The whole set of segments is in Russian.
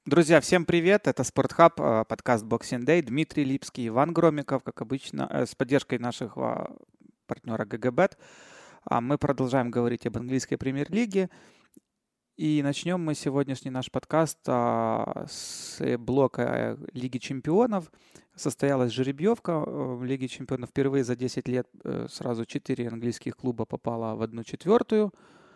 Друзья, всем привет! Это Спортхаб, подкаст Boxing Day. Дмитрий Липский, Иван Громиков, как обычно, с поддержкой наших партнера ГГБет. Мы продолжаем говорить об английской премьер-лиге. И начнем мы сегодняшний наш подкаст с блока Лиги чемпионов. Состоялась жеребьевка в Лиге чемпионов. Впервые за 10 лет сразу 4 английских клуба попало в 1/4.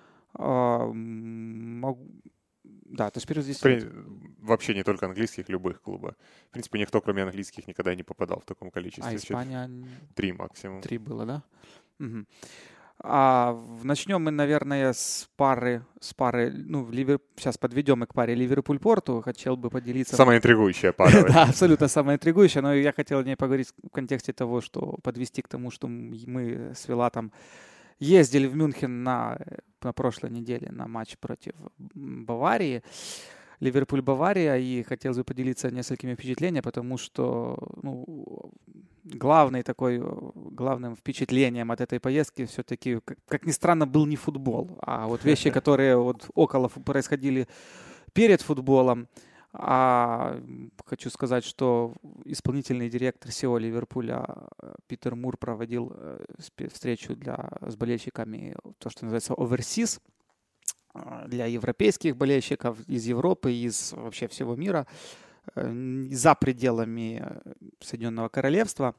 Да, то есть впервые за 10 лет. Вообще не только английских, любых клубов. В принципе, никто, кроме английских, никогда не попадал в таком количестве. Испания... 3 максимум. 3 было, да? Угу. Начнем мы, наверное, с пары. Сейчас подведем и к паре Ливерпуль-Порту. Хотел бы поделиться... Самая интригующая пара. Да, абсолютно самая интригующая. Но я хотел о ней поговорить в контексте того, что подвести к тому, что мы с Вилатом ездили в Мюнхен на прошлой неделе на матч против Баварии. Ливерпуль-Бавария, и хотелось бы поделиться несколькими впечатлениями, потому что главным впечатлением от этой поездки все-таки, как ни странно, был не футбол, а вот вещи, которые около происходили перед футболом. Хочу сказать, что исполнительный директор СИО Ливерпуля Питер Мур проводил встречу с болельщиками, то, что называется Overseas, для европейских болельщиков из Европы, из вообще всего мира, за пределами Соединенного Королевства.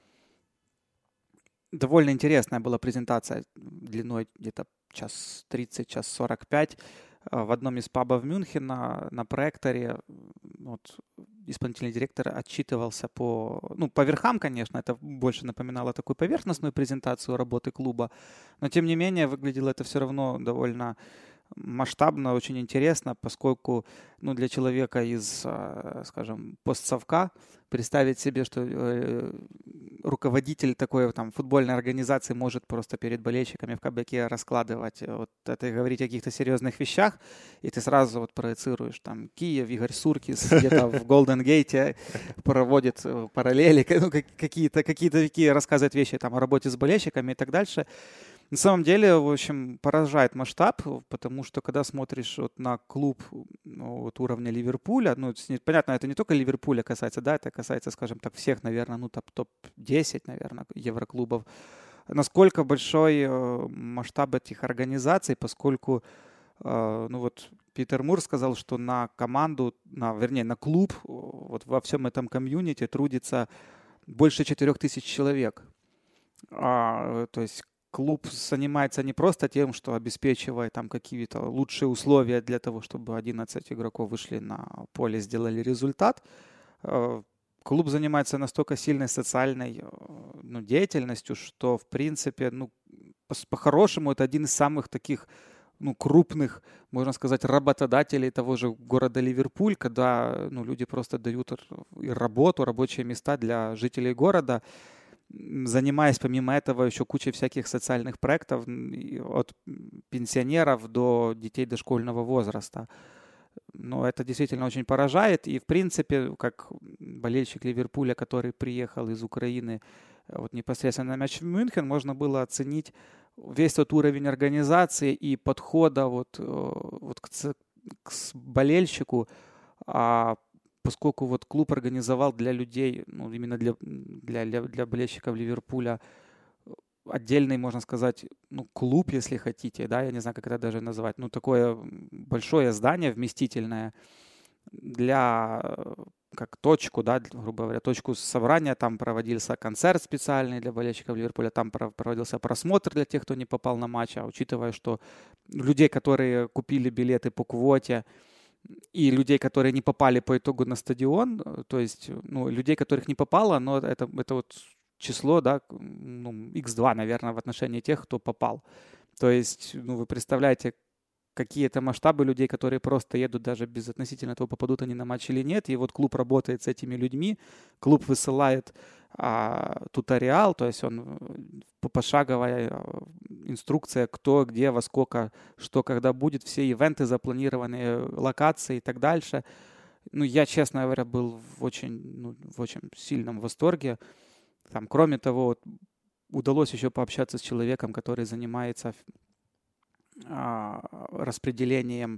Довольно интересная была презентация длиной где-то час 30, час 45 в одном из пабов Мюнхена на проекторе. Вот, исполнительный директор отчитывался по верхам, конечно, это больше напоминало такую поверхностную презентацию работы клуба, но тем не менее выглядело это все равно довольно масштабно, очень интересно, поскольку для человека из, скажем, постсовка представить себе, что руководитель такой футбольной организации может просто перед болельщиками в кабаке раскладывать вот это и говорить о каких-то серьезных вещах, и ты сразу проецируешь Киев, Игорь Суркис где-то в Голден-Гейте проводит параллели, какие-то такие рассказывает вещи о работе с болельщиками и так дальше. На самом деле, в общем, поражает масштаб, потому что когда смотришь на клуб уровня Ливерпуля, понятно, это не только Ливерпуля касается, да, это касается, скажем так, всех, наверное, топ-10, наверное, евроклубов. Насколько большой масштаб этих организаций, поскольку, Питер Мур сказал, что на команду, на клуб, вот во всем этом комьюнити трудится больше 4000 человек. То есть клуб занимается не просто тем, что обеспечивает какие-то лучшие условия для того, чтобы 11 игроков вышли на поле, сделали результат. Клуб занимается настолько сильной социальной деятельностью, что, в принципе, по-хорошему, это один из самых таких крупных, можно сказать, работодателей того же города Ливерпуль, когда люди просто дают работу, рабочие места для жителей города, занимаясь помимо этого еще кучей всяких социальных проектов от пенсионеров до детей дошкольного возраста. Но это действительно очень поражает. И, в принципе, как болельщик Ливерпуля, который приехал из Украины непосредственно на матч в Мюнхен, можно было оценить весь тот уровень организации и подхода к болельщику, поскольку клуб организовал для людей, именно для болельщиков Ливерпуля отдельный, можно сказать, клуб, если хотите, да, я не знаю, как это даже назвать, такое большое здание вместительное как точку, да, грубо говоря, точку собрания. Там проводился концерт специальный для болельщиков Ливерпуля, там проводился просмотр для тех, кто не попал на матч, учитывая, что людей, которые купили билеты по квоте, и людей, которые не попали по итогу на стадион, то есть, людей, которых не попало, но это число, да, x2, наверное, в отношении тех, кто попал. То есть, вы представляете, какие это масштабы людей, которые просто едут даже безотносительно того, попадут они на матч или нет. И клуб работает с этими людьми, клуб высылает туториал, то есть он пошаговая инструкция, кто, где, во сколько, что, когда будет, все ивенты запланированные, локации и так дальше. Я, честно говоря, был в очень сильном восторге. Кроме того, удалось еще пообщаться с человеком, который занимается распределением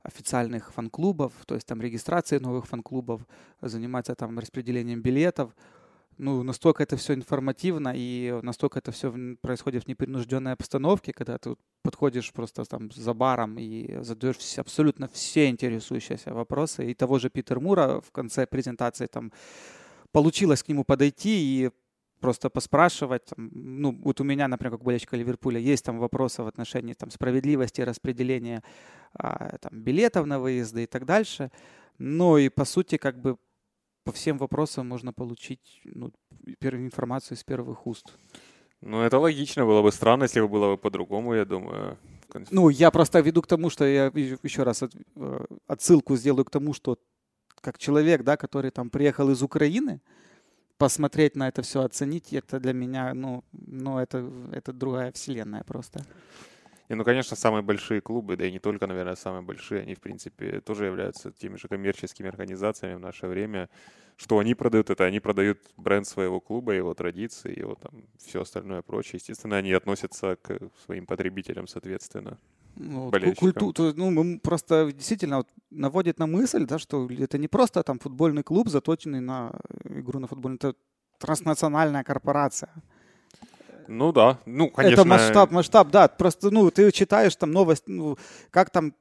официальных фан-клубов, то есть там регистрацией новых фан-клубов, занимается там распределением билетов. Ну, настолько это все информативно и настолько это все происходит в непринужденной обстановке, когда ты подходишь просто там за баром и задаешь абсолютно все интересующиеся вопросы. И того же Питер Мура в конце презентации там получилось к нему подойти и просто поспрашивать. Ну, вот у меня, например, как болельщика Ливерпуля, есть там вопросы в отношении там справедливости распределения там, билетов на выезды и так дальше. Ну и по сути как бы по всем вопросам можно получить информацию из первых уст. Ну, это логично. Было бы странно, если бы было бы по-другому, я думаю. Ну, я просто веду к тому, что я еще раз отсылку сделаю к тому, что как человек, да, который там приехал из Украины, посмотреть на это все, оценить, это для меня, это другая вселенная просто. И, ну, конечно, самые большие клубы, да и не только, наверное, самые большие, они, в принципе, тоже являются теми же коммерческими организациями в наше время. Что они продают, это они продают бренд своего клуба, его традиции, его там все остальное прочее. Естественно, они относятся к своим потребителям, соответственно, болельщикам. Просто действительно наводит на мысль, да, что это не просто там футбольный клуб, заточенный на игру на футбольный, это транснациональная корпорация. Ну да, ну, конечно. Это масштаб, да. Просто, ты читаешь там новость, как там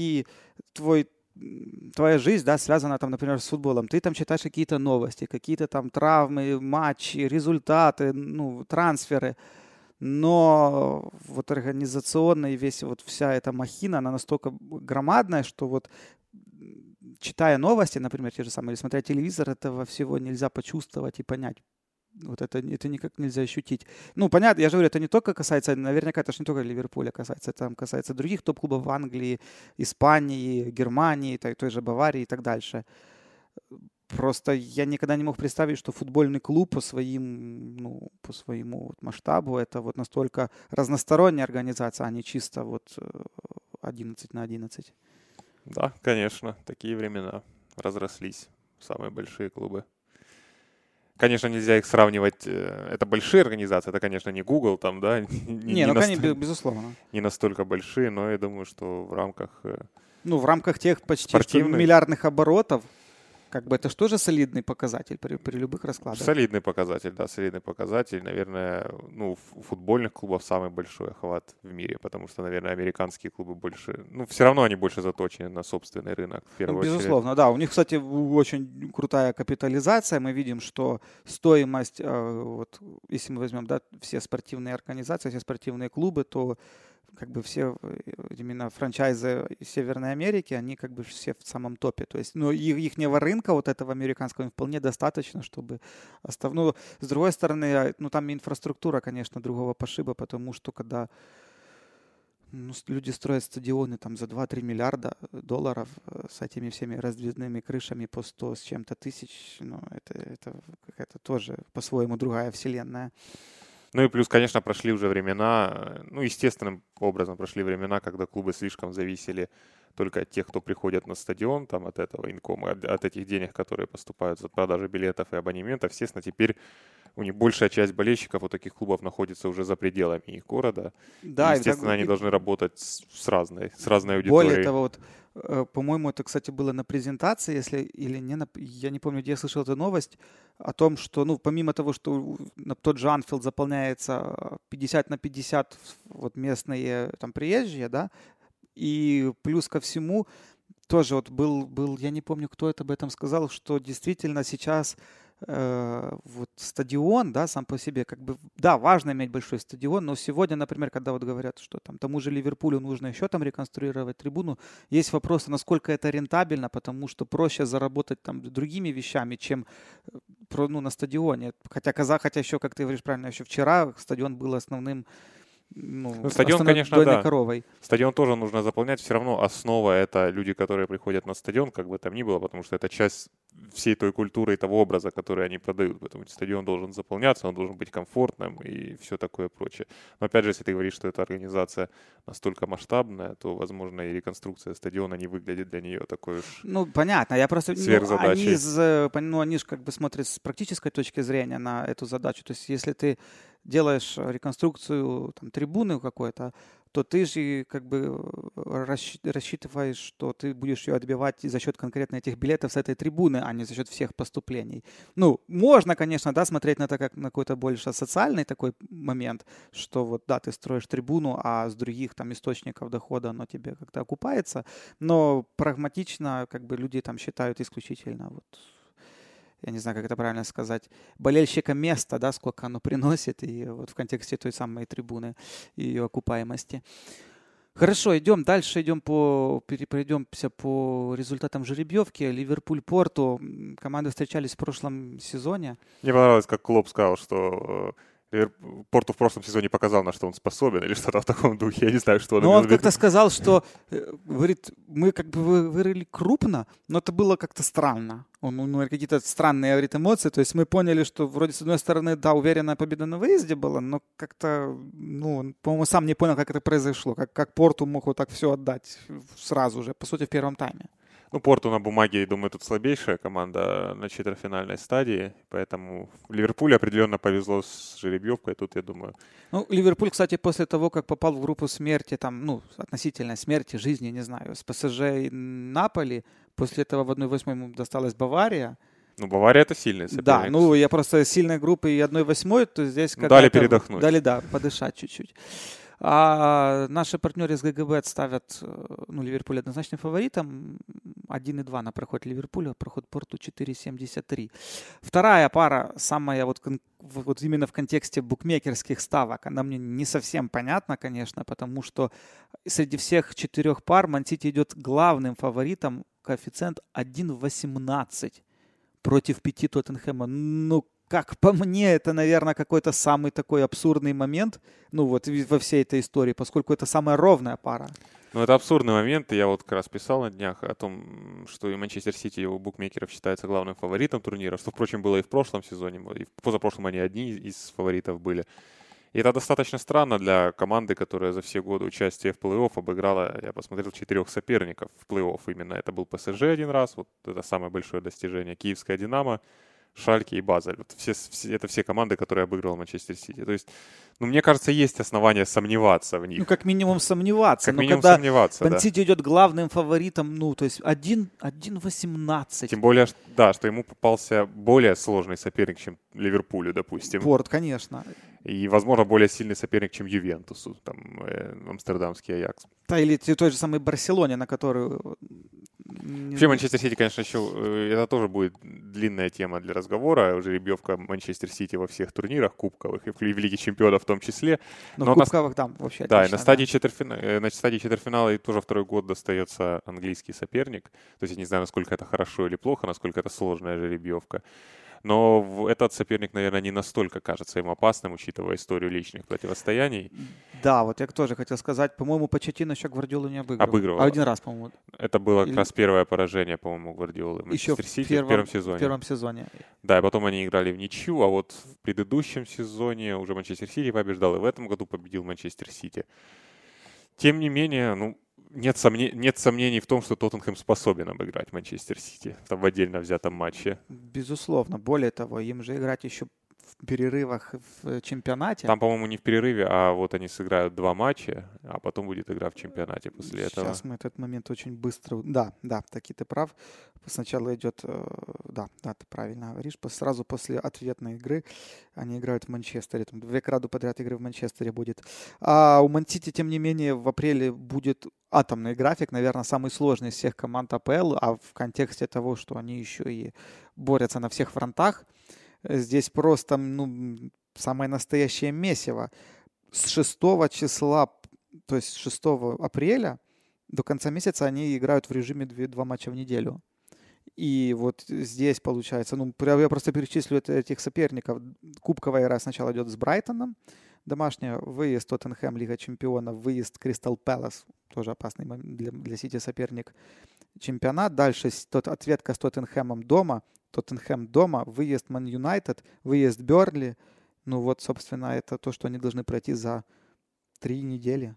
твоя жизнь, да, связана там, например, с футболом. Ты там читаешь какие-то новости, какие-то там травмы, матчи, результаты, трансферы. Но вот организационно и вся эта махина, она настолько громадная, что вот читая новости, например, те же самые, или смотря телевизор, этого всего нельзя почувствовать и понять. Вот это никак нельзя ощутить. Ну, понятно, я же говорю, это не только касается, наверняка это же не только Ливерпуля касается, это касается других топ-клубов в Англии, Испании, Германии, той же Баварии и так дальше. Просто я никогда не мог представить, что футбольный клуб по своему масштабу это вот настолько разносторонняя организация, а не чисто вот 11 на 11. Да, конечно, такие времена разрослись, самые большие клубы. Конечно, нельзя их сравнивать. Это большие организации, это, конечно, не Google там, да? Безусловно. Не настолько большие, но я думаю, что в рамках... в рамках тех почти миллиардных оборотов, как бы это же тоже солидный показатель при любых раскладах. Солидный показатель, да, солидный показатель. Наверное, у футбольных клубов самый большой охват в мире, потому что, наверное, американские клубы больше... все равно они больше заточены на собственный рынок, в первую очередь. Безусловно, да. У них, кстати, очень крутая капитализация. Мы видим, что стоимость, если мы возьмем, да, все спортивные организации, все спортивные клубы, то как бы все именно франчайзы из Северной Америки, они как бы все в самом топе. То есть, ихнего рынка вот этого американского вполне достаточно, чтобы с другой стороны, там инфраструктура, конечно, другого пошиба, потому что когда люди строят стадионы там за 2-3 миллиарда долларов с этими всеми раздвижными крышами по 100 с чем-то тысяч, это какая-то тоже по-своему другая вселенная. Ну и плюс, конечно, прошли уже времена, естественным образом прошли времена, когда клубы слишком зависели только от тех, кто приходит на стадион, там, от этого инкома, от этих денег, которые поступают за продажу билетов и абонементов. Естественно, теперь у них большая часть болельщиков у таких клубов находится уже за пределами их города. Да, и, естественно, они должны работать с разной аудиторией. Более того, по-моему, это, кстати, было на презентации, я не помню, где я слышал эту новость, о том, что, помимо того, что тот же Анфилд заполняется 50 на 50 вот местные там приезжие, да, и плюс ко всему тоже вот был, я не помню, кто это об этом сказал, что действительно сейчас вот стадион, да, сам по себе, как бы, да, важно иметь большой стадион, но сегодня, например, когда вот говорят, что там тому же Ливерпулю нужно еще там реконструировать трибуну, есть вопрос, насколько это рентабельно, потому что проще заработать там другими вещами, чем на стадионе. Хотя еще, как ты говоришь правильно, еще вчера стадион был основным стадион, конечно, да. Коровой. Стадион тоже нужно заполнять. Все равно основа — это люди, которые приходят на стадион, как бы там ни было, потому что это часть всей той культуры и того образа, который они продают. Поэтому стадион должен заполняться, он должен быть комфортным и все такое прочее. Но опять же, если ты говоришь, что эта организация настолько масштабная, то, возможно, и реконструкция стадиона не выглядит для нее такой уж понятно. Я просто... сверхзадачей. Они же как бы смотрят с практической точки зрения на эту задачу. То есть если ты делаешь реконструкцию там, трибуны какой-то, то ты же как бы рассчитываешь, что ты будешь ее отбивать за счет конкретно этих билетов с этой трибуны, а не за счет всех поступлений. Ну, можно, конечно, да, смотреть на это как на какой-то больше социальный такой момент, что вот, да, ты строишь трибуну, а с других там источников дохода оно тебе как-то окупается, но прагматично как бы люди там считают исключительно вот, я не знаю, как это правильно сказать, болельщика места, да, сколько оно приносит, и вот в контексте той самой трибуны и ее окупаемости. Хорошо, идем дальше, пройдемся по результатам жеребьевки. Ливерпуль-Порту. Команды встречались в прошлом сезоне. Мне понравилось, как Клоп сказал, что Порту в прошлом сезоне показал, на что он способен, или что-то в таком духе. Я не знаю, что он Но имел он в виду. как-то сказал, что, говорит, мы как бы вырыли крупно, но это было как-то странно. Он, говорит, какие-то странные, говорит, эмоции. То есть мы поняли, что вроде с одной стороны, да, уверенная победа на выезде была, но как-то, ну, он, по-моему, сам не понял, как это произошло, как Порту мог вот так все отдать сразу же, по сути, в первом тайме. Ну, Порту на бумаге, думаю, тут слабейшая команда на четвертьфинальной стадии, поэтому Ливерпулю определенно повезло с жеребьевкой, тут, я думаю. Ну, Ливерпуль, кстати, после того, как попал в группу смерти, там, ну, относительно смерти, жизни, не знаю, с ПСЖ и Наполи, после этого в 1/8 ему досталась Бавария. Ну, Бавария — это сильный соперник. Да, ну, я просто сильной группы и 1/8, то здесь как-то... Дали передохнуть. Дали, да, подышать чуть-чуть. А наши партнеры из ГГБ ставят, ну, Ливерпуль однозначным фаворитом. 1,2 на проход Ливерпуля, проход Порту 4,73. Вторая пара, самая вот именно в контексте букмекерских ставок, она мне не совсем понятна, конечно, потому что среди всех 4 пар Ман-Сити идет главным фаворитом, коэффициент 1,18 против 5 Тоттенхэма. Ну, как по мне, это, наверное, какой-то самый такой абсурдный момент, ну вот во всей этой истории, поскольку это самая ровная пара. Ну, это абсурдный момент, и я вот как раз писал на днях о том, что и Манчестер Сити у букмекеров считается главным фаворитом турнира, что, впрочем, было и в прошлом сезоне, и в позапрошлом они одни из фаворитов были. И это достаточно странно для команды, которая за все годы участия в плей-офф обыграла, я посмотрел, 4 соперников в плей-офф. Именно это был ПСЖ один раз, вот это самое большое достижение, Киевская «Динамо», Шальке и Базель. Вот это все команды, которые обыгрывал Манчестер Сити. То есть, ну, мне кажется, есть основания сомневаться в них. Ну, как минимум сомневаться. Как но минимум когда сомневаться, Ман-Сити идет главным фаворитом, ну, то есть 1,18. Тем более, да, что ему попался более сложный соперник, чем Ливерпулю, допустим. Порт, конечно. И, возможно, более сильный соперник, чем Ювентусу, там, амстердамский Аякс. Да, или той же самой Барселоне, на которую... Вообще, Манчестер Сити, конечно, еще... Это тоже будет длинная тема для разговора. Жеребьевка Манчестер Сити во всех турнирах кубковых, и в Лиге Чемпионов в том числе. Но в кубковых, да, вообще да, отлично, и на стадии четвертьфинала и тоже второй год достается английский соперник. То есть я не знаю, насколько это хорошо или плохо, насколько это сложная жеребьевка. Но этот соперник, наверное, не настолько кажется им опасным, учитывая историю личных противостояний. Да, вот я тоже хотел сказать, по-моему, Почеттино еще Гвардиолу не обыгрывал. А один раз, по-моему. Это было как раз первое поражение, по-моему, Гвардиолы Манчестер Сити в первом сезоне. В первом сезоне. Да, и потом они играли в ничью, а вот в предыдущем сезоне уже Манчестер Сити побеждал, и в этом году победил Манчестер Сити. Тем не менее, ну, нет сомнений в том, что Тоттенхэм способен обыграть Манчестер Сити в отдельно взятом матче. Безусловно. Более того, им же играть еще в перерывах в чемпионате. Там, по-моему, не в перерыве, а вот они сыграют 2 матча, а потом будет игра в чемпионате после этого. Сейчас мы этот момент очень быстро... Да, таки ты прав. Сначала идет... Да, ты правильно говоришь. Сразу после ответной игры они играют в Манчестере. Там 2 ряду подряд игры в Манчестере будет. А у Ман-Сити, тем не менее, в апреле будет атомный график, наверное, самый сложный из всех команд АПЛ, а в контексте того, что они еще и борются на всех фронтах, здесь просто, ну, самое настоящее месиво. С 6 числа, то есть 6 апреля до конца месяца они играют в режиме 2 матча в неделю. И вот здесь получается, ну, я просто перечислю этих соперников. Кубковая игра сначала идет с Брайтоном, домашняя, выезд Тоттенхэм, Лига Чемпионов, выезд Кристал Пэлас, тоже опасный для Сити соперник, чемпионат. Дальше ответка с Тоттенхэмом дома, Тоттенхэм дома, выезд Ман Юнайтед, выезд Бёрнли. Ну вот, собственно, это то, что они должны пройти за 3 недели,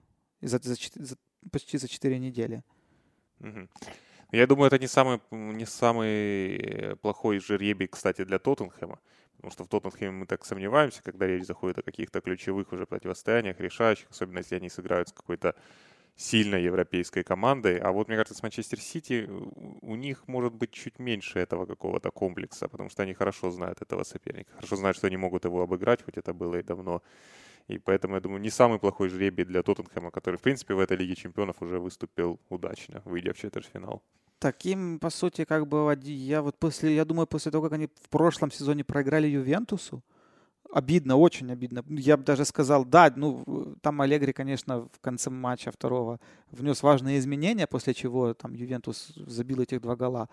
почти за 4 недели. Угу. Я думаю, это не самый плохой жеребий, кстати, для Тоттенхэма, Потому что в Тоттенхэме мы так сомневаемся, когда речь заходит о каких-то ключевых уже противостояниях, решающих, особенно если они сыграют с какой-то сильной европейской командой. А вот, мне кажется, с Манчестер Сити у них может быть чуть меньше этого какого-то комплекса, потому что они хорошо знают этого соперника, хорошо знают, что они могут его обыграть, хоть это было и давно. И поэтому, я думаю, не самый плохой жребий для Тоттенхэма, который, в принципе, в этой Лиге Чемпионов уже выступил удачно, выйдя в четвертьфинал. Таким, по сути, как бы я думаю, после того, как они в прошлом сезоне проиграли Ювентусу, обидно, очень обидно. Я бы даже сказал, да, там Аллегри, конечно, в конце матча второго внес важные изменения, после чего там Ювентус забил этих 2 гола.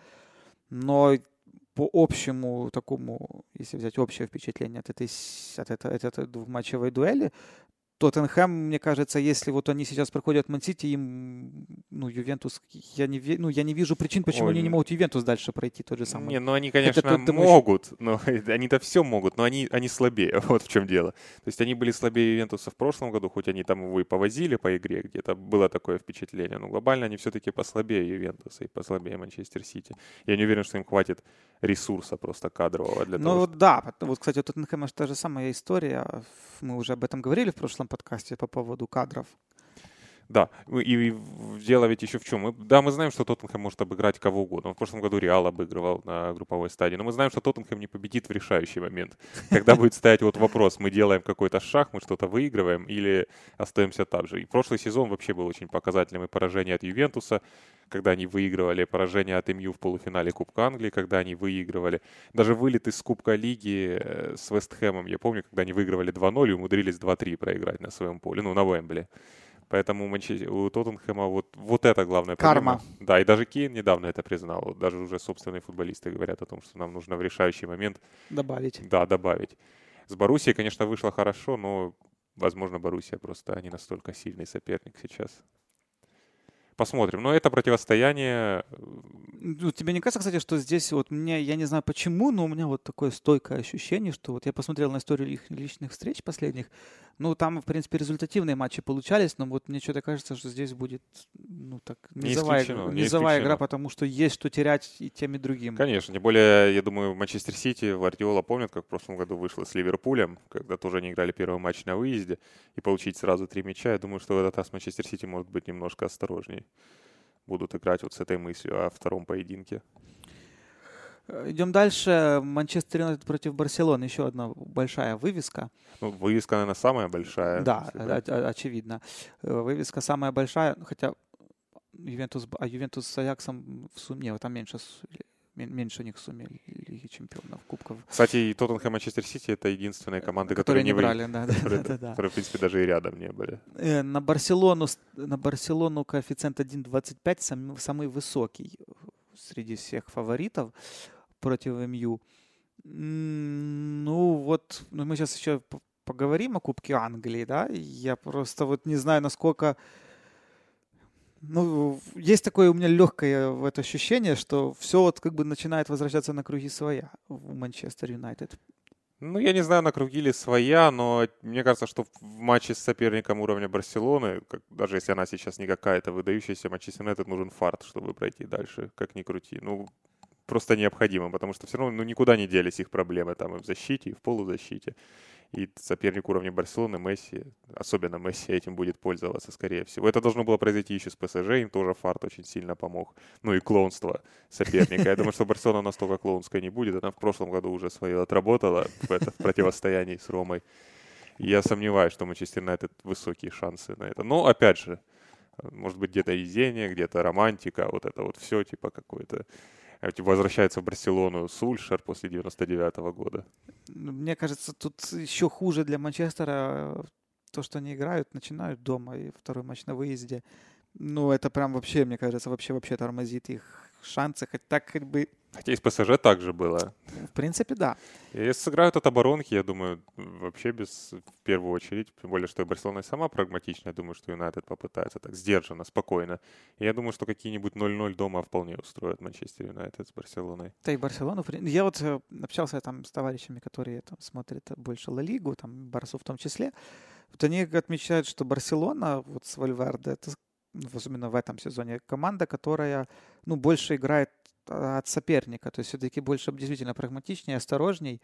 Но по общему такому, если взять общее впечатление от этой двухматчевой дуэли, Тоттенхэм, мне кажется, если вот они сейчас проходят Ман-Сити, им, Ювентус, я не вижу причин, почему они не Ой, могут Ювентус дальше пройти, тот же самый. не, ну они, Хотя конечно, ты думаешь, могут, но они-то все могут, но они слабее, вот в чем дело. То есть они были слабее Ювентуса в прошлом году, хоть они там его и повозили по игре, где-то было такое впечатление, но глобально они все-таки послабее Ювентуса и послабее Манчестер Сити. Я не уверен, что им хватит ресурса просто кадрового для того, чтобы... да, вот, кстати, у Тоттенхэма же та же самая история, мы уже об этом говорили в прошлом подкасте по поводу кадров. Да, и дело ведь еще в чем. Мы знаем, что Тоттенхэм может обыграть кого угодно. Он в прошлом году Реал обыгрывал на групповой стадии. Но мы знаем, что Тоттенхэм не победит в решающий момент. Когда будет стоять вот вопрос, мы делаем какой-то шаг, мы что-то выигрываем или остаемся там же. И прошлый сезон вообще был очень показательным. И поражение от Ювентуса, когда они выигрывали, поражение от МЮ в полуфинале Кубка Англии, когда они выигрывали. Даже вылет из Кубка Лиги с Вестхэмом, я помню, когда они выигрывали 2-0 и умудрились 2-3 проиграть на своем поле, на Уэмбли. Поэтому у Тоттенхэма вот это главная проблема. Карма. Да, и даже Кейн недавно это признал. Вот даже уже собственные футболисты говорят о том, что нам нужно в решающий момент Добавить. да, добавить. С Боруссией, конечно, вышло хорошо, но, возможно, Боруссия просто не настолько сильный соперник сейчас. Посмотрим. Но это противостояние... Тебе не кажется, кстати, что здесь вот я не знаю почему, но у меня вот такое стойкое ощущение, что вот я посмотрел на историю их личных встреч последних, там, в принципе, результативные матчи получались, но вот мне что-то кажется, что здесь будет, так, низовая игра, потому что есть что терять и тем, и другим. Конечно, тем более, я думаю, Манчестер Сити, Гвардиола помнит, как в прошлом году вышло с Ливерпулем, когда тоже они играли первый матч на выезде, и получить сразу 3 мяча. Я думаю, что в этот раз Манчестер Сити может быть немножко осторожней. Будут играть вот с этой мыслью о втором поединке. Идем дальше. Манчестер Юнайтед против Барселоны. Еще одна большая вывеска. Вывеска, наверное, самая большая. Да, очевидно. Вывеска самая большая, хотя Ювентус с Аяксом в сумме, там меньше у них в сумме Лиги Чемпионов, Кубков. Кстати, и Тоттенхэм и Манчестер Сити — это единственные команды, которые не брали, которые, в принципе, даже и рядом не были. На Барселону коэффициент 1,25 самый высокий среди всех фаворитов против МЮ. Мы сейчас еще поговорим о Кубке Англии, да? Я просто вот не знаю, насколько... есть такое у меня легкое ощущение, что все вот как бы начинает возвращаться на круги своя в Манчестер Юнайтед. Я не знаю, на круги ли своя, но мне кажется, что в матче с соперником уровня Барселоны, даже если она сейчас не какая-то выдающаяся, Манчестер Юнайтед нужен фарт, чтобы пройти дальше, как ни крути. Просто необходимо, потому что все равно никуда не делись их проблемы там и в защите, и в полузащите. И соперник уровня Барселоны, Месси, особенно Месси, этим будет пользоваться, скорее всего. Это должно было произойти еще с ПСЖ, им тоже фарт очень сильно помог. И клоунство соперника. Я думаю, что Барселона настолько клоунской не будет. Она в прошлом году уже свое отработала в противостоянии с Ромой. И я сомневаюсь, что Манчестер Юнайтед высокие шансы на это. Но, опять же, может быть, где-то везение, где-то романтика, вот это вот все, типа какое-то... Возвращается в Барселону Сульшер после 99-го года. Мне кажется, тут еще хуже для Манчестера то, что они играют, начинают дома, и второй матч на выезде. Это прям вообще, мне кажется, вообще тормозит их шансы. Хотя и с ПСЖ так же было. В принципе, да. И если сыграют от оборонки, я думаю, вообще в первую очередь, тем более, что и Барселона сама прагматичная, я думаю, что Юнайтед попытается так сдержанно, спокойно. И я думаю, что какие-нибудь 0-0 дома вполне устроят Манчестер Юнайтед с Барселоной. Да и Барселону. Я вот общался там с товарищами, которые смотрят больше Ла Лигу, там Барсу в том числе. Вот они отмечают, что Барселона вот с Вальверде, это особенно в этом сезоне, команда, которая больше играет от соперника, то есть все-таки больше действительно прагматичнее, осторожней.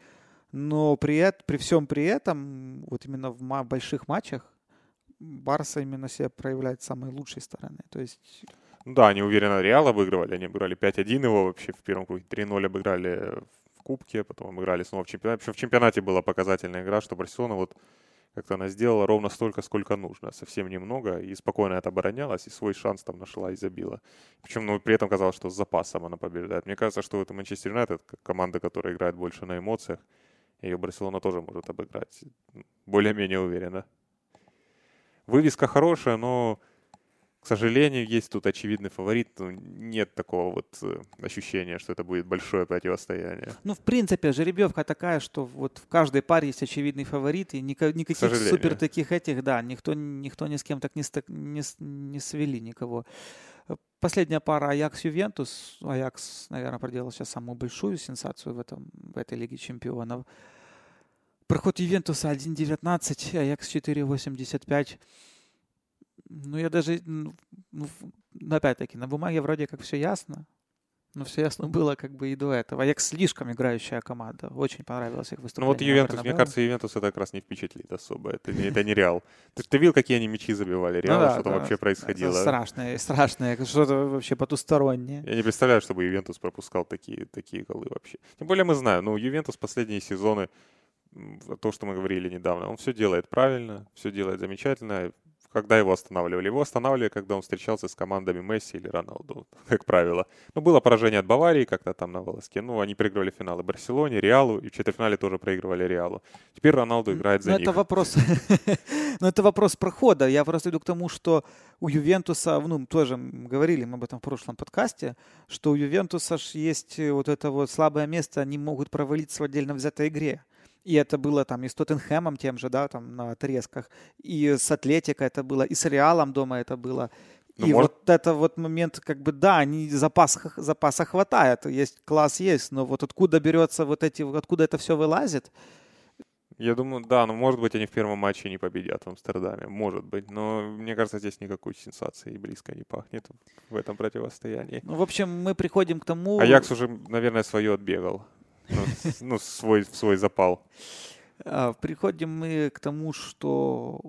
Но при всем при этом, вот именно в больших матчах, Барса именно себя проявляет с самой лучшей стороны. То есть... Ну да, они уверенно Реал обыгрывали. Они обыграли 5-1 его вообще в первом круге. 3-0 обыграли в Кубке, потом обыграли снова в чемпионате. Причем в чемпионате была показательная игра, что Барселона вот как-то она сделала ровно столько, сколько нужно. Совсем немного. И спокойно это оборонялась, и свой шанс там нашла и забила. Причем, ну, при этом казалось, что с запасом она побеждает. Мне кажется, что это Манчестер Юнайтед, как команда, которая играет больше на эмоциях. Ее Барселона тоже может обыграть. Более-менее уверенно. Вывеска хорошая, но, к сожалению, есть тут очевидный фаворит. Ну, нет такого вот ощущения, что это будет большое противостояние. Ну, в принципе, жеребьевка такая, что вот в каждой паре есть очевидный фаворит, и никаких супер таких этих, да, никто ни с кем так не свели никого. Последняя пара Аякс-Ювентус. Аякс, наверное, проделал сейчас самую большую сенсацию в этой Лиге Чемпионов. Проход Ювентуса 1.19, Аякс 4.85. Ну, я даже, опять-таки, на бумаге вроде как все ясно. Но все ясно было как бы и до этого. Аякс слишком играющая команда. Очень понравилось их выступление. Ну вот Ювентус, мне кажется, Ювентус это как раз не впечатлит особо. Это не Реал. Ты видел, какие они мячи забивали? Реал, да, что-то вообще происходило. Это страшное, что-то вообще потустороннее. Я не представляю, чтобы Ювентус пропускал такие голы вообще. Тем более мы знаем, Ювентус последние сезоны, то, что мы говорили недавно, он все делает правильно, все делает замечательно. Когда его останавливали? Его останавливали, когда он встречался с командами Месси или Роналду, как правило. Было поражение от Баварии как-то там на волоске. Они проигрывали финалы Барселоне, Реалу, и в четвертьфинале тоже проигрывали Реалу. Теперь Роналду играет за них. Это вопрос прохода. Я просто иду к тому, что у Ювентуса, тоже говорили мы об этом в прошлом подкасте, что у Ювентуса есть вот это вот слабое место, они могут провалиться в отдельно взятой игре. И это было там и с Тоттенхэмом тем же, да, там на отрезках, и с Атлетико это было, и с Реалом дома это было. Вот это вот момент, как бы, да, запаса хватает, класс есть, но вот откуда берется откуда это все вылазит? Я думаю, да, может быть, они в первом матче не победят в Амстердаме, может быть, но мне кажется, здесь никакой сенсации близко не пахнет в этом противостоянии. В общем, мы приходим к тому... Аякс уже, наверное, свое отбегал. Свой запал. Приходим мы к тому, что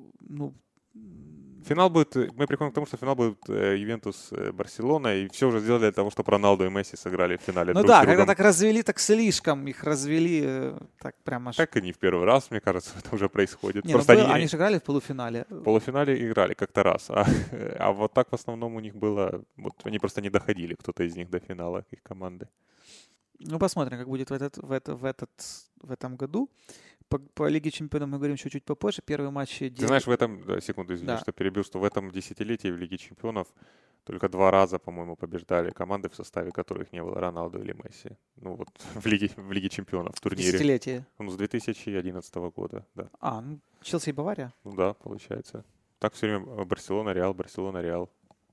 финал будет, мы приходим к тому, что финал будет Ювентус-Барселона, и все уже сделали для того, чтобы Роналду и Месси сыграли в финале друг с другом. Когда так развели, так слишком их развели, так прямо... Так и не в первый раз, мне кажется, это уже происходит. Они же играли в полуфинале. В полуфинале играли как-то раз, а вот так в основном у них было, они просто не доходили, кто-то из них до финала, их команды. Посмотрим, как будет в этом году. По Лиге Чемпионов мы говорим чуть-чуть попозже. Первый матч... Ты знаешь, секунду, извини, что перебил, что в этом десятилетии в Лиге Чемпионов только 2 раза, по-моему, побеждали команды, в составе которых не было Роналду или Месси. В Лиге Чемпионов, в турнире. Десятилетие? С 2011 года, да. Челси и Бавария? Да, получается. Так все время Барселона-Реал, Барселона-Реал.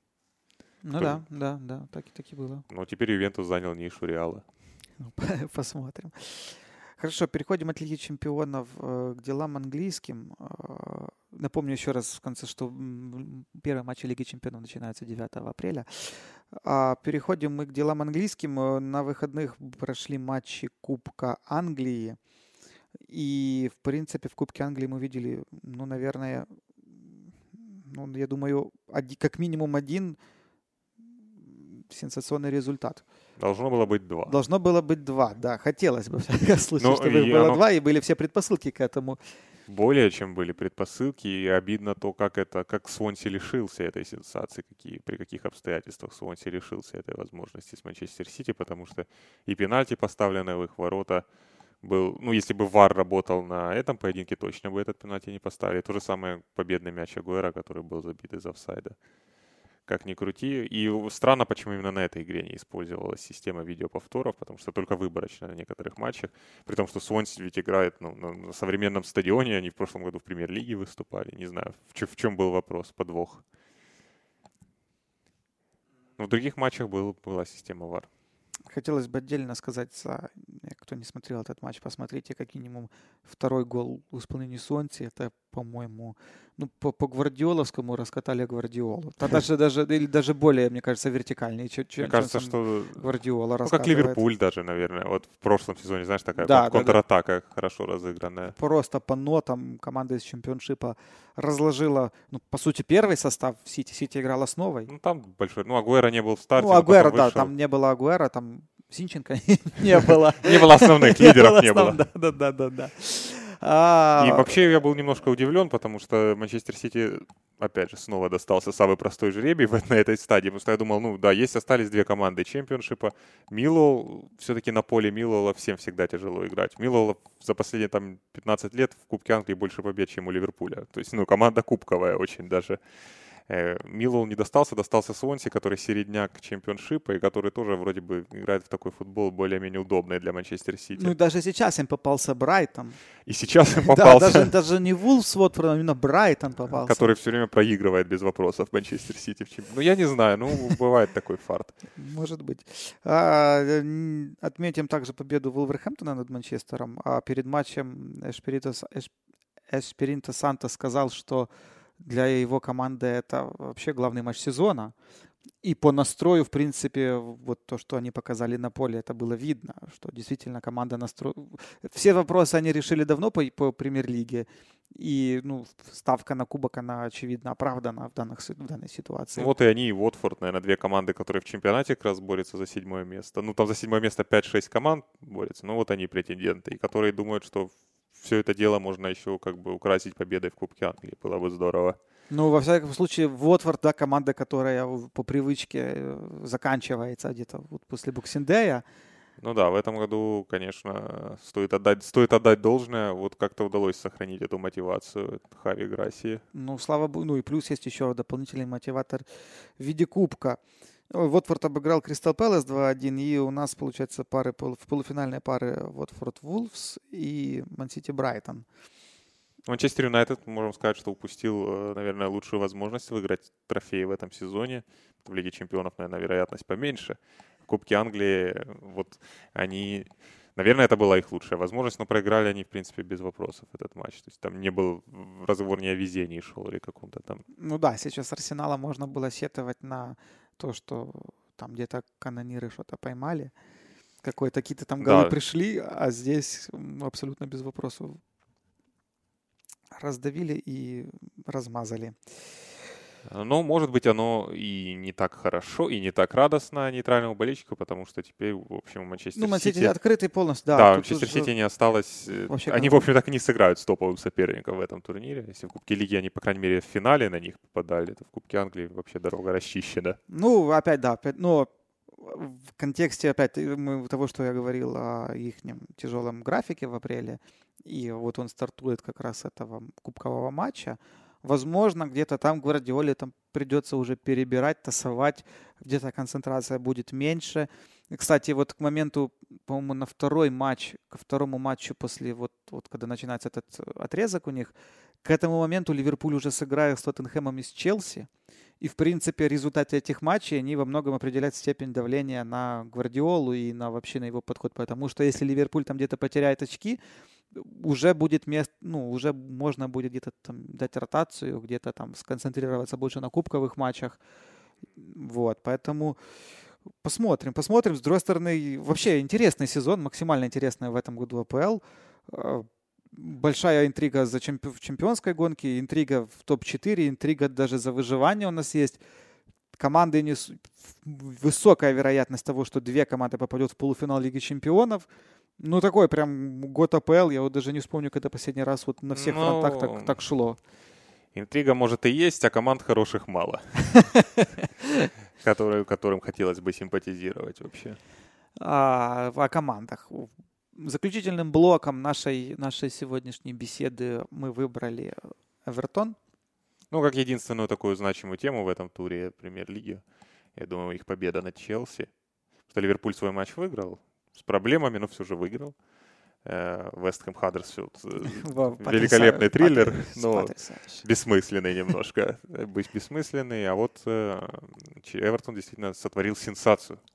Да, так и было. Теперь Ювентус занял нишу Реала. Посмотрим. Хорошо, переходим от Лиги Чемпионов к делам английским. Напомню еще раз в конце, что первые матчи Лиги Чемпионов начинаются 9 апреля. Переходим мы к делам английским. На выходных прошли матчи Кубка Англии. И, в принципе, в Кубке Англии мы видели, наверное, я думаю, как минимум один сенсационный результат. Должно было быть 2. Должно было быть 2, да. Хотелось бы, в всяком случае, чтобы их было 2, и были все предпосылки к этому. Более чем были предпосылки, и обидно то, как Свонси лишился этой сенсации, при каких обстоятельствах Свонси лишился этой возможности с Манчестер Сити, потому что и пенальти, поставленный в их ворота, был, если бы ВАР работал на этом поединке, точно бы этот пенальти не поставили. То же самое победный мяч Агуэро, который был забит из офсайда. Как ни крути. И странно, почему именно на этой игре не использовалась система видеоповторов, потому что только выборочно на некоторых матчах. При том, что Свонси ведь играет на современном стадионе, они в прошлом году в премьер-лиге выступали. Не знаю, в чем был вопрос, подвох. Но в других матчах была система ВАР. Хотелось бы отдельно сказать за кто не смотрел этот матч, посмотрите как минимум второй гол в исполнении Сонси. Это, по-моему, ну, по гвардиоловскому раскатали Гвардиолу. Или даже более, мне кажется, вертикальнее, чем Мне кажется, что... Гвардиола Ну, как раскатывает. Ливерпуль даже, наверное. Вот в прошлом сезоне, знаешь, такая Да, контратака хорошо разыгранная. Просто по нотам команда из чемпионшипа разложила, ну, по сути, первый состав Сити. Сити играла с новой. Ну, там большой. Ну, Агуэро не был в старте, Ну, но Агуэро, потом да, вышел. там не было Агуэро, там Зинченко не было. Не было основных, лидеров не было. Да. И вообще я был немножко удивлен, потому что Манчестер Сити, опять же, снова достался самый простой жребий на этой стадии. Потому что я думал, ну да, остались две команды чемпионшипа. Миллуэлл, все-таки на поле Миллуэлла всем всегда тяжело играть. Миллуэлл за последние там 15 лет в Кубке Англии больше побед, чем у Ливерпуля. То есть, ну, команда кубковая очень даже. Миллуэлл не достался Свонси, который середняк чемпионшипа, и который тоже вроде бы играет в такой футбол более-менее удобный для Манчестер Сити. Ну и даже сейчас им попался Брайтон. И сейчас им попался... Да, даже не Вулфс с Уотфордом, а именно Брайтон попался. Который все время проигрывает без вопросов Манчестер Сити. Ну, я не знаю, ну, бывает такой фарт. Может быть. Отметим также победу Вулверхэмптона над Манчестером. А перед матчем Эшпиринто Санто сказал, что для его команды это вообще главный матч сезона. И по настрою, в принципе, вот то, что они показали на поле, это было видно, что действительно команда Все вопросы они решили давно по премьер-лиге. И, ну, ставка на кубок, она, очевидно, оправдана в данной ситуации. Ну, вот и они, и Уотфорд, наверное, две команды, которые в чемпионате как раз борются за 7 место. Ну, там за 7 место 5-6 команд борются, ну, вот они претенденты, и которые думают, что все это дело можно еще как бы украсить победой в Кубке Англии. Было бы здорово. Ну, во всяком случае, Уотфорд, да, команда, которая по привычке заканчивается где-то вот после Боксингдея. Ну да, в этом году, конечно, стоит отдать должное. Вот как-то удалось сохранить эту мотивацию Хави Грасси. Ну, слава богу. Ну и плюс есть еще дополнительный мотиватор в виде кубка. Уотфорд обыграл Кристал Пэлас 2-1, и у нас, получается, в полуфинальной пары Уотфорд-Вулфс и Ман-Сити-Брайтон. Манчестер Юнайтед, можем сказать, что упустил, наверное, лучшую возможность выиграть трофей в этом сезоне. В Лиге чемпионов, наверное, вероятность поменьше. В Кубке Англии, вот они... Наверное, это была их лучшая возможность, но проиграли они, в принципе, без вопросов этот матч. То есть там не был разговор не о везении шел или каком-то там... Ну да, сейчас Арсенала можно было сетовать на то, что там где-то канониры что-то поймали. Какие-то там голы пришли, а здесь абсолютно без вопросов раздавили и размазали. Ну, может быть, оно и не так хорошо, и не так радостно нейтральному болельщику, потому что теперь, в общем, у Манчестер Сити... Ну, Манчестер открытый полностью, да. Да, у Манчестер Сити не осталось... Они, в общем, так и не сыграют с топовым соперником в этом турнире. Если в Кубке Лиги они, по крайней мере, в финале на них попадали, то в Кубке Англии вообще дорога расчищена. Ну, опять, но в контексте, опять, того, что я говорил о их тяжелом графике в апреле, и вот он стартует как раз с этого кубкового матча, возможно, где-то там Гвардиоле там придется уже перебирать, тасовать, где-то концентрация будет меньше. И, кстати, вот к моменту, по-моему, ко второму матчу после вот когда начинается этот отрезок у них, к этому моменту Ливерпуль уже сыграет с Тоттенхэмом и с Челси. И, в принципе, результаты этих матчей, они во многом определяют степень давления на Гвардиолу и вообще на его подход. Потому что если Ливерпуль там где-то потеряет очки, уже будет уже можно будет где-то там дать ротацию, где-то там сконцентрироваться больше на кубковых матчах. Вот, поэтому посмотрим. С другой стороны, вообще интересный сезон, максимально интересный в этом году АПЛ. Большая интрига в чемпионской гонке, интрига в топ-4, интрига даже за выживание у нас есть. Команды высокая вероятность того, что две команды попадут в полуфинал Лиги чемпионов. Ну, такой прям год АПЛ. Я вот даже не вспомню, когда последний раз вот на всех фронтах так шло. Интрига, может, и есть, а команд хороших мало. Которым хотелось бы симпатизировать вообще. О командах. Заключительным блоком нашей сегодняшней беседы мы выбрали Эвертон. Ну, как единственную такую значимую тему в этом туре премьер-лиги. Я думаю, их победа над Челси. Что Ливерпуль свой матч выиграл. С проблемами, но все же выиграл. Вест Хэм Хаддерсфилд. Великолепный триллер, но бессмысленный немножко. Бессмысленный. А вот Эвертон действительно сотворил сенсацию.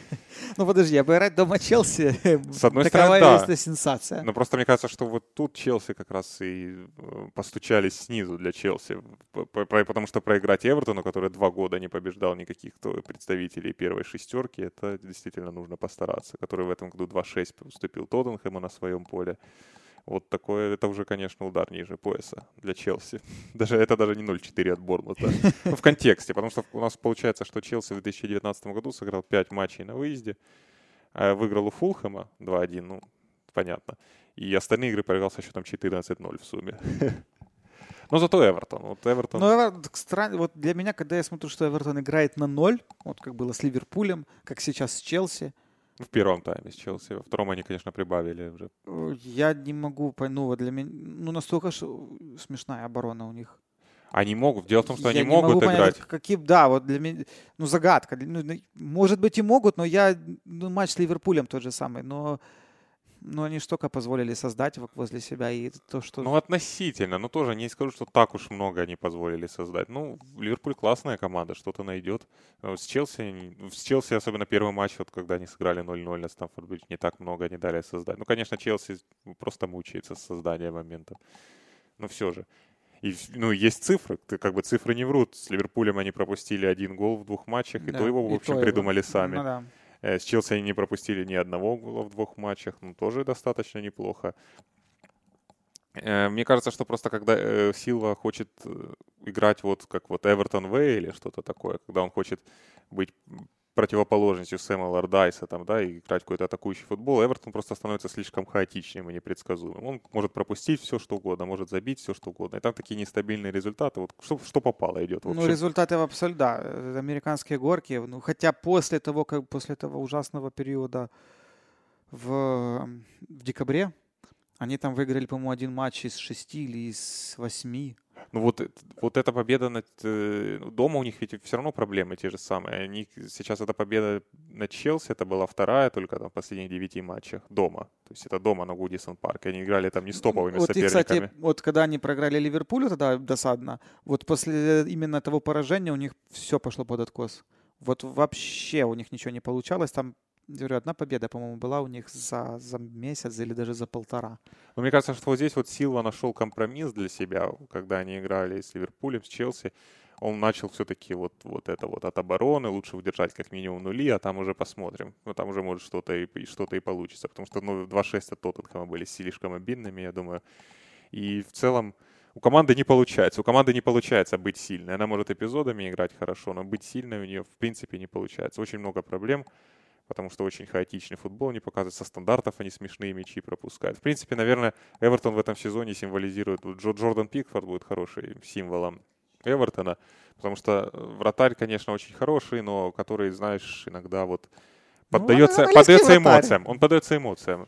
Ну подожди, обыграть дома Челси, С одной такова стороны, да. это сенсация. Но просто мне кажется, что вот тут Челси как раз и постучались снизу для Челси, потому что проиграть Эвертону, который 2 года не побеждал никаких представителей первой шестерки, это действительно нужно постараться, который в этом году 2-6 уступил Тоттенхэму на своем поле. Вот такое, это уже, конечно, удар ниже пояса для Челси. Это даже не 0-4 от Борнмута. Ну, в контексте, потому что у нас получается, что Челси в 2019 году сыграл 5 матчей на выезде, выиграл у Фулхэма 2-1, ну, понятно. И остальные игры проиграл со счетом 14-0 в сумме. Но зато Эвертон. Вот Эвертон... Ну, вот для меня, когда я смотрю, что Эвертон играет на 0, вот как было с Ливерпулем, как сейчас с Челси, В первом тайме с Челси. Во втором они, конечно, прибавили уже. я не могу понять, ну, вот для меня, ну, настолько смешная оборона у них. Они могут. Дело в том, что Я они не могу могут понять, играть. да, вот для меня, ну, загадка. Ну, может быть, и могут, но ну, матч с Ливерпулем тот же самый, но они ж только позволили создать возле себя, и то, что... Ну, относительно. Но тоже не скажу, что так уж много они позволили создать. Ну, Ливерпуль классная команда, что-то найдет. С Челси, особенно первый матч, вот когда они сыграли 0-0 на Стамфорд-Бридж, не так много они дали создать. Ну, конечно, Челси просто мучается с созданием моментов. Но все же. И, ну, есть цифры, как бы цифры не врут. С Ливерпулем они пропустили 1 гол в 2 матчах, и Да, то его, в и общем, то его. придумали сами. Ну, да. С Челси они не пропустили ни одного гола в 2 матчах, ну, тоже достаточно неплохо. Мне кажется, что просто когда Силва хочет играть вот как вот Эвертон Вэй или что-то такое, когда он хочет быть противоположностью Сэма Лордайса, там, да, и играть какой-то атакующий футбол, Эвертон просто становится слишком хаотичным и непредсказуемым. Он может пропустить все, что угодно, может забить все, что угодно. И там такие нестабильные результаты. Вот что попало идет. Ну, результаты абсолютно, да. Американские горки. Ну, хотя после того ужасного периода в декабре, они там выиграли, по-моему, 1 матч из 6 или из 8. Ну вот эта победа дома у них ведь все равно проблемы те же самые. Сейчас эта победа над Челси, это была вторая только там, в последних 9 матчах дома. То есть это дома на Гудисон Парк. Они играли там не с топовыми Вот и, соперниками. кстати, вот когда они проиграли Ливерпулю, тогда досадно. Вот после именно того поражения у них все пошло под откос. Вот вообще у них ничего не получалось. Там, говорю, 1 победа, по-моему, была у них за месяц или даже за 1,5. Но мне кажется, что вот здесь вот Силва нашел компромисс для себя, когда они играли с Ливерпулем, с Челси. Он начал все-таки вот это вот от обороны, лучше удержать как минимум нули, а там уже посмотрим. Ну, там уже может что-то и получится, потому что 2-6 от Тоттенхэма были слишком обидными, я думаю. И в целом у команды не получается. У команды не получается быть сильной. Она может эпизодами играть хорошо, но быть сильной у нее в принципе не получается. Очень много проблем, потому что очень хаотичный футбол не показывает. Со стандартов они смешные мячи пропускают. В принципе, наверное, Эвертон в этом сезоне символизирует... Джордан Пикфорд будет хороший символом Эвертона, потому что вратарь, конечно, очень хороший, но который, знаешь, иногда вот поддается эмоциям. Он поддается эмоциям.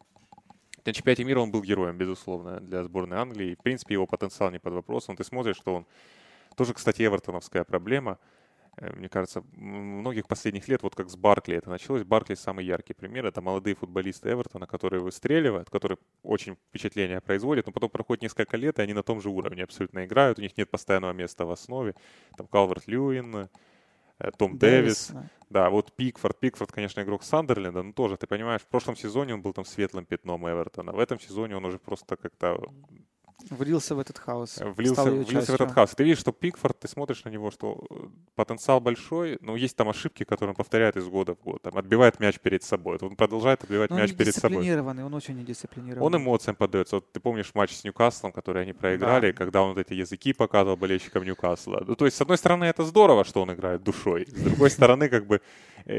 На чемпионате мира он был героем, безусловно, для сборной Англии. В принципе, его потенциал не под вопросом. Ты смотришь, что он... Тоже, кстати, эвертоновская проблема. Мне кажется, многих последних лет, вот как с Баркли это началось, Баркли самый яркий пример. Это молодые футболисты Эвертона, которые выстреливают, которые очень впечатление производят, но потом проходит несколько лет, и они на том же уровне абсолютно играют. У них нет постоянного места в основе. Там Калверт-Льюин, Том Дэвис. Да, вот Пикфорд. Пикфорд, конечно, игрок Сандерленда, но тоже, ты понимаешь, в прошлом сезоне он был там светлым пятном Эвертона. В этом сезоне он уже просто как-то... Влился в этот хаос. Влился в этот хаос. Ты видишь, что Пикфорд, ты смотришь на него, что потенциал большой, но есть там ошибки, которые он повторяет из года в год. Там отбивает мяч перед собой. Он продолжает отбивать мяч перед собой. Он недисциплинированный, он очень недисциплинированный. Он эмоциям поддается. Вот ты помнишь матч с Ньюкаслом, который они проиграли, да. Когда он вот эти языки показывал болельщикам Ньюкасла. Ну, то есть, с одной стороны, это здорово, что он играет душой. С другой стороны, как бы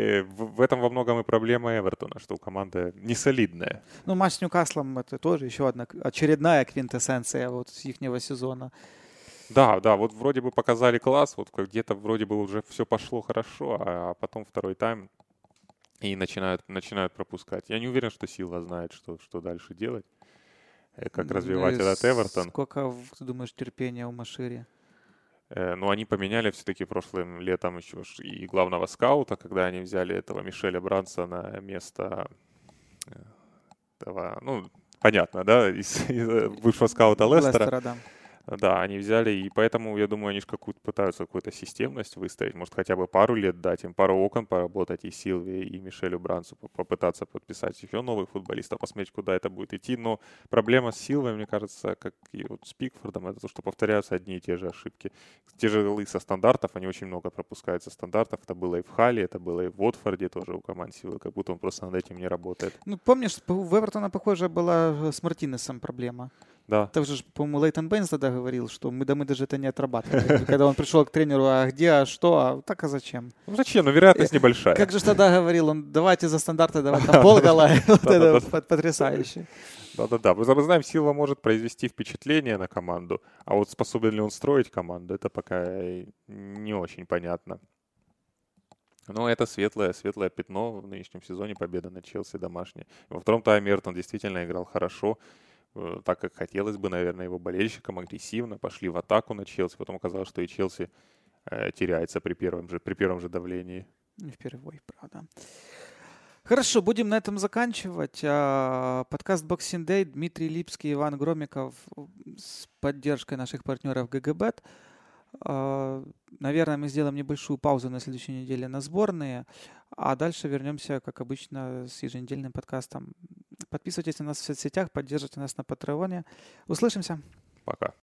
в этом во многом и проблема Эвертона, что команда не солидная. Ну, матч с Ньюкаслом — это тоже еще одна очередная квинтэссенция вот с ихнего сезона. Да, вот вроде бы показали класс, вот где-то вроде бы уже все пошло хорошо, а потом второй тайм и начинают пропускать. Я не уверен, что Силва знает, что дальше делать, как развивать этот Эвертон. Сколько, ты думаешь, терпения у Машири? Но они поменяли все-таки прошлым летом еще и главного скаута, когда они взяли этого Мишеля Бранса на место этого, ну, понятно, да, из бывшего скаута Лестера. Да. Да, они взяли, и поэтому, я думаю, они же пытаются какую-то системность выставить, может, хотя бы пару лет дать им, пару окон поработать и Силве, и Мишелю Брансу, попытаться подписать еще новых футболистов, посмотреть, куда это будет идти. Но проблема с Силвой, мне кажется, как и вот с Пикфордом, это то, что повторяются одни и те же ошибки. Те же голы со стандартов, они очень много пропускают со стандартов. Это было и в Хале, это было и в Уотфорде тоже у команд Силвы, как будто он просто над этим не работает. Ну, помнишь, в Эвертона, похоже, была с Мартинесом проблема. Да. Также, по-моему, Лейтон Бэйнс тогда говорил, что мы даже это не отрабатывали. Когда он пришел к тренеру, а где, а что, а так, а зачем? Ну зачем? Ну вероятность небольшая. Как же тогда говорил он, давайте за стандарты, давайте там полгола. Вот это потрясающе. Да-да-да. Мы знаем, Силва может произвести впечатление на команду, а вот способен ли он строить команду, это пока не очень понятно. Но это светлое пятно в нынешнем сезоне, победа над Челси домашняя. Во втором тайме Эвертон действительно играл хорошо, так как хотелось бы, наверное, его болельщикам, агрессивно, пошли в атаку на Челси. Потом оказалось, что и Челси теряется при первом же давлении. Не впервой, правда. Хорошо, будем на этом заканчивать. Подкаст Boxing Day. Дмитрий Липский, Иван Громиков с поддержкой наших партнеров ГГБет. Наверное, мы сделаем небольшую паузу на следующей неделе на сборные, а дальше вернемся, как обычно, с еженедельным подкастом. Подписывайтесь на нас в соцсетях, поддерживайте нас на Патреоне. Услышимся. Пока.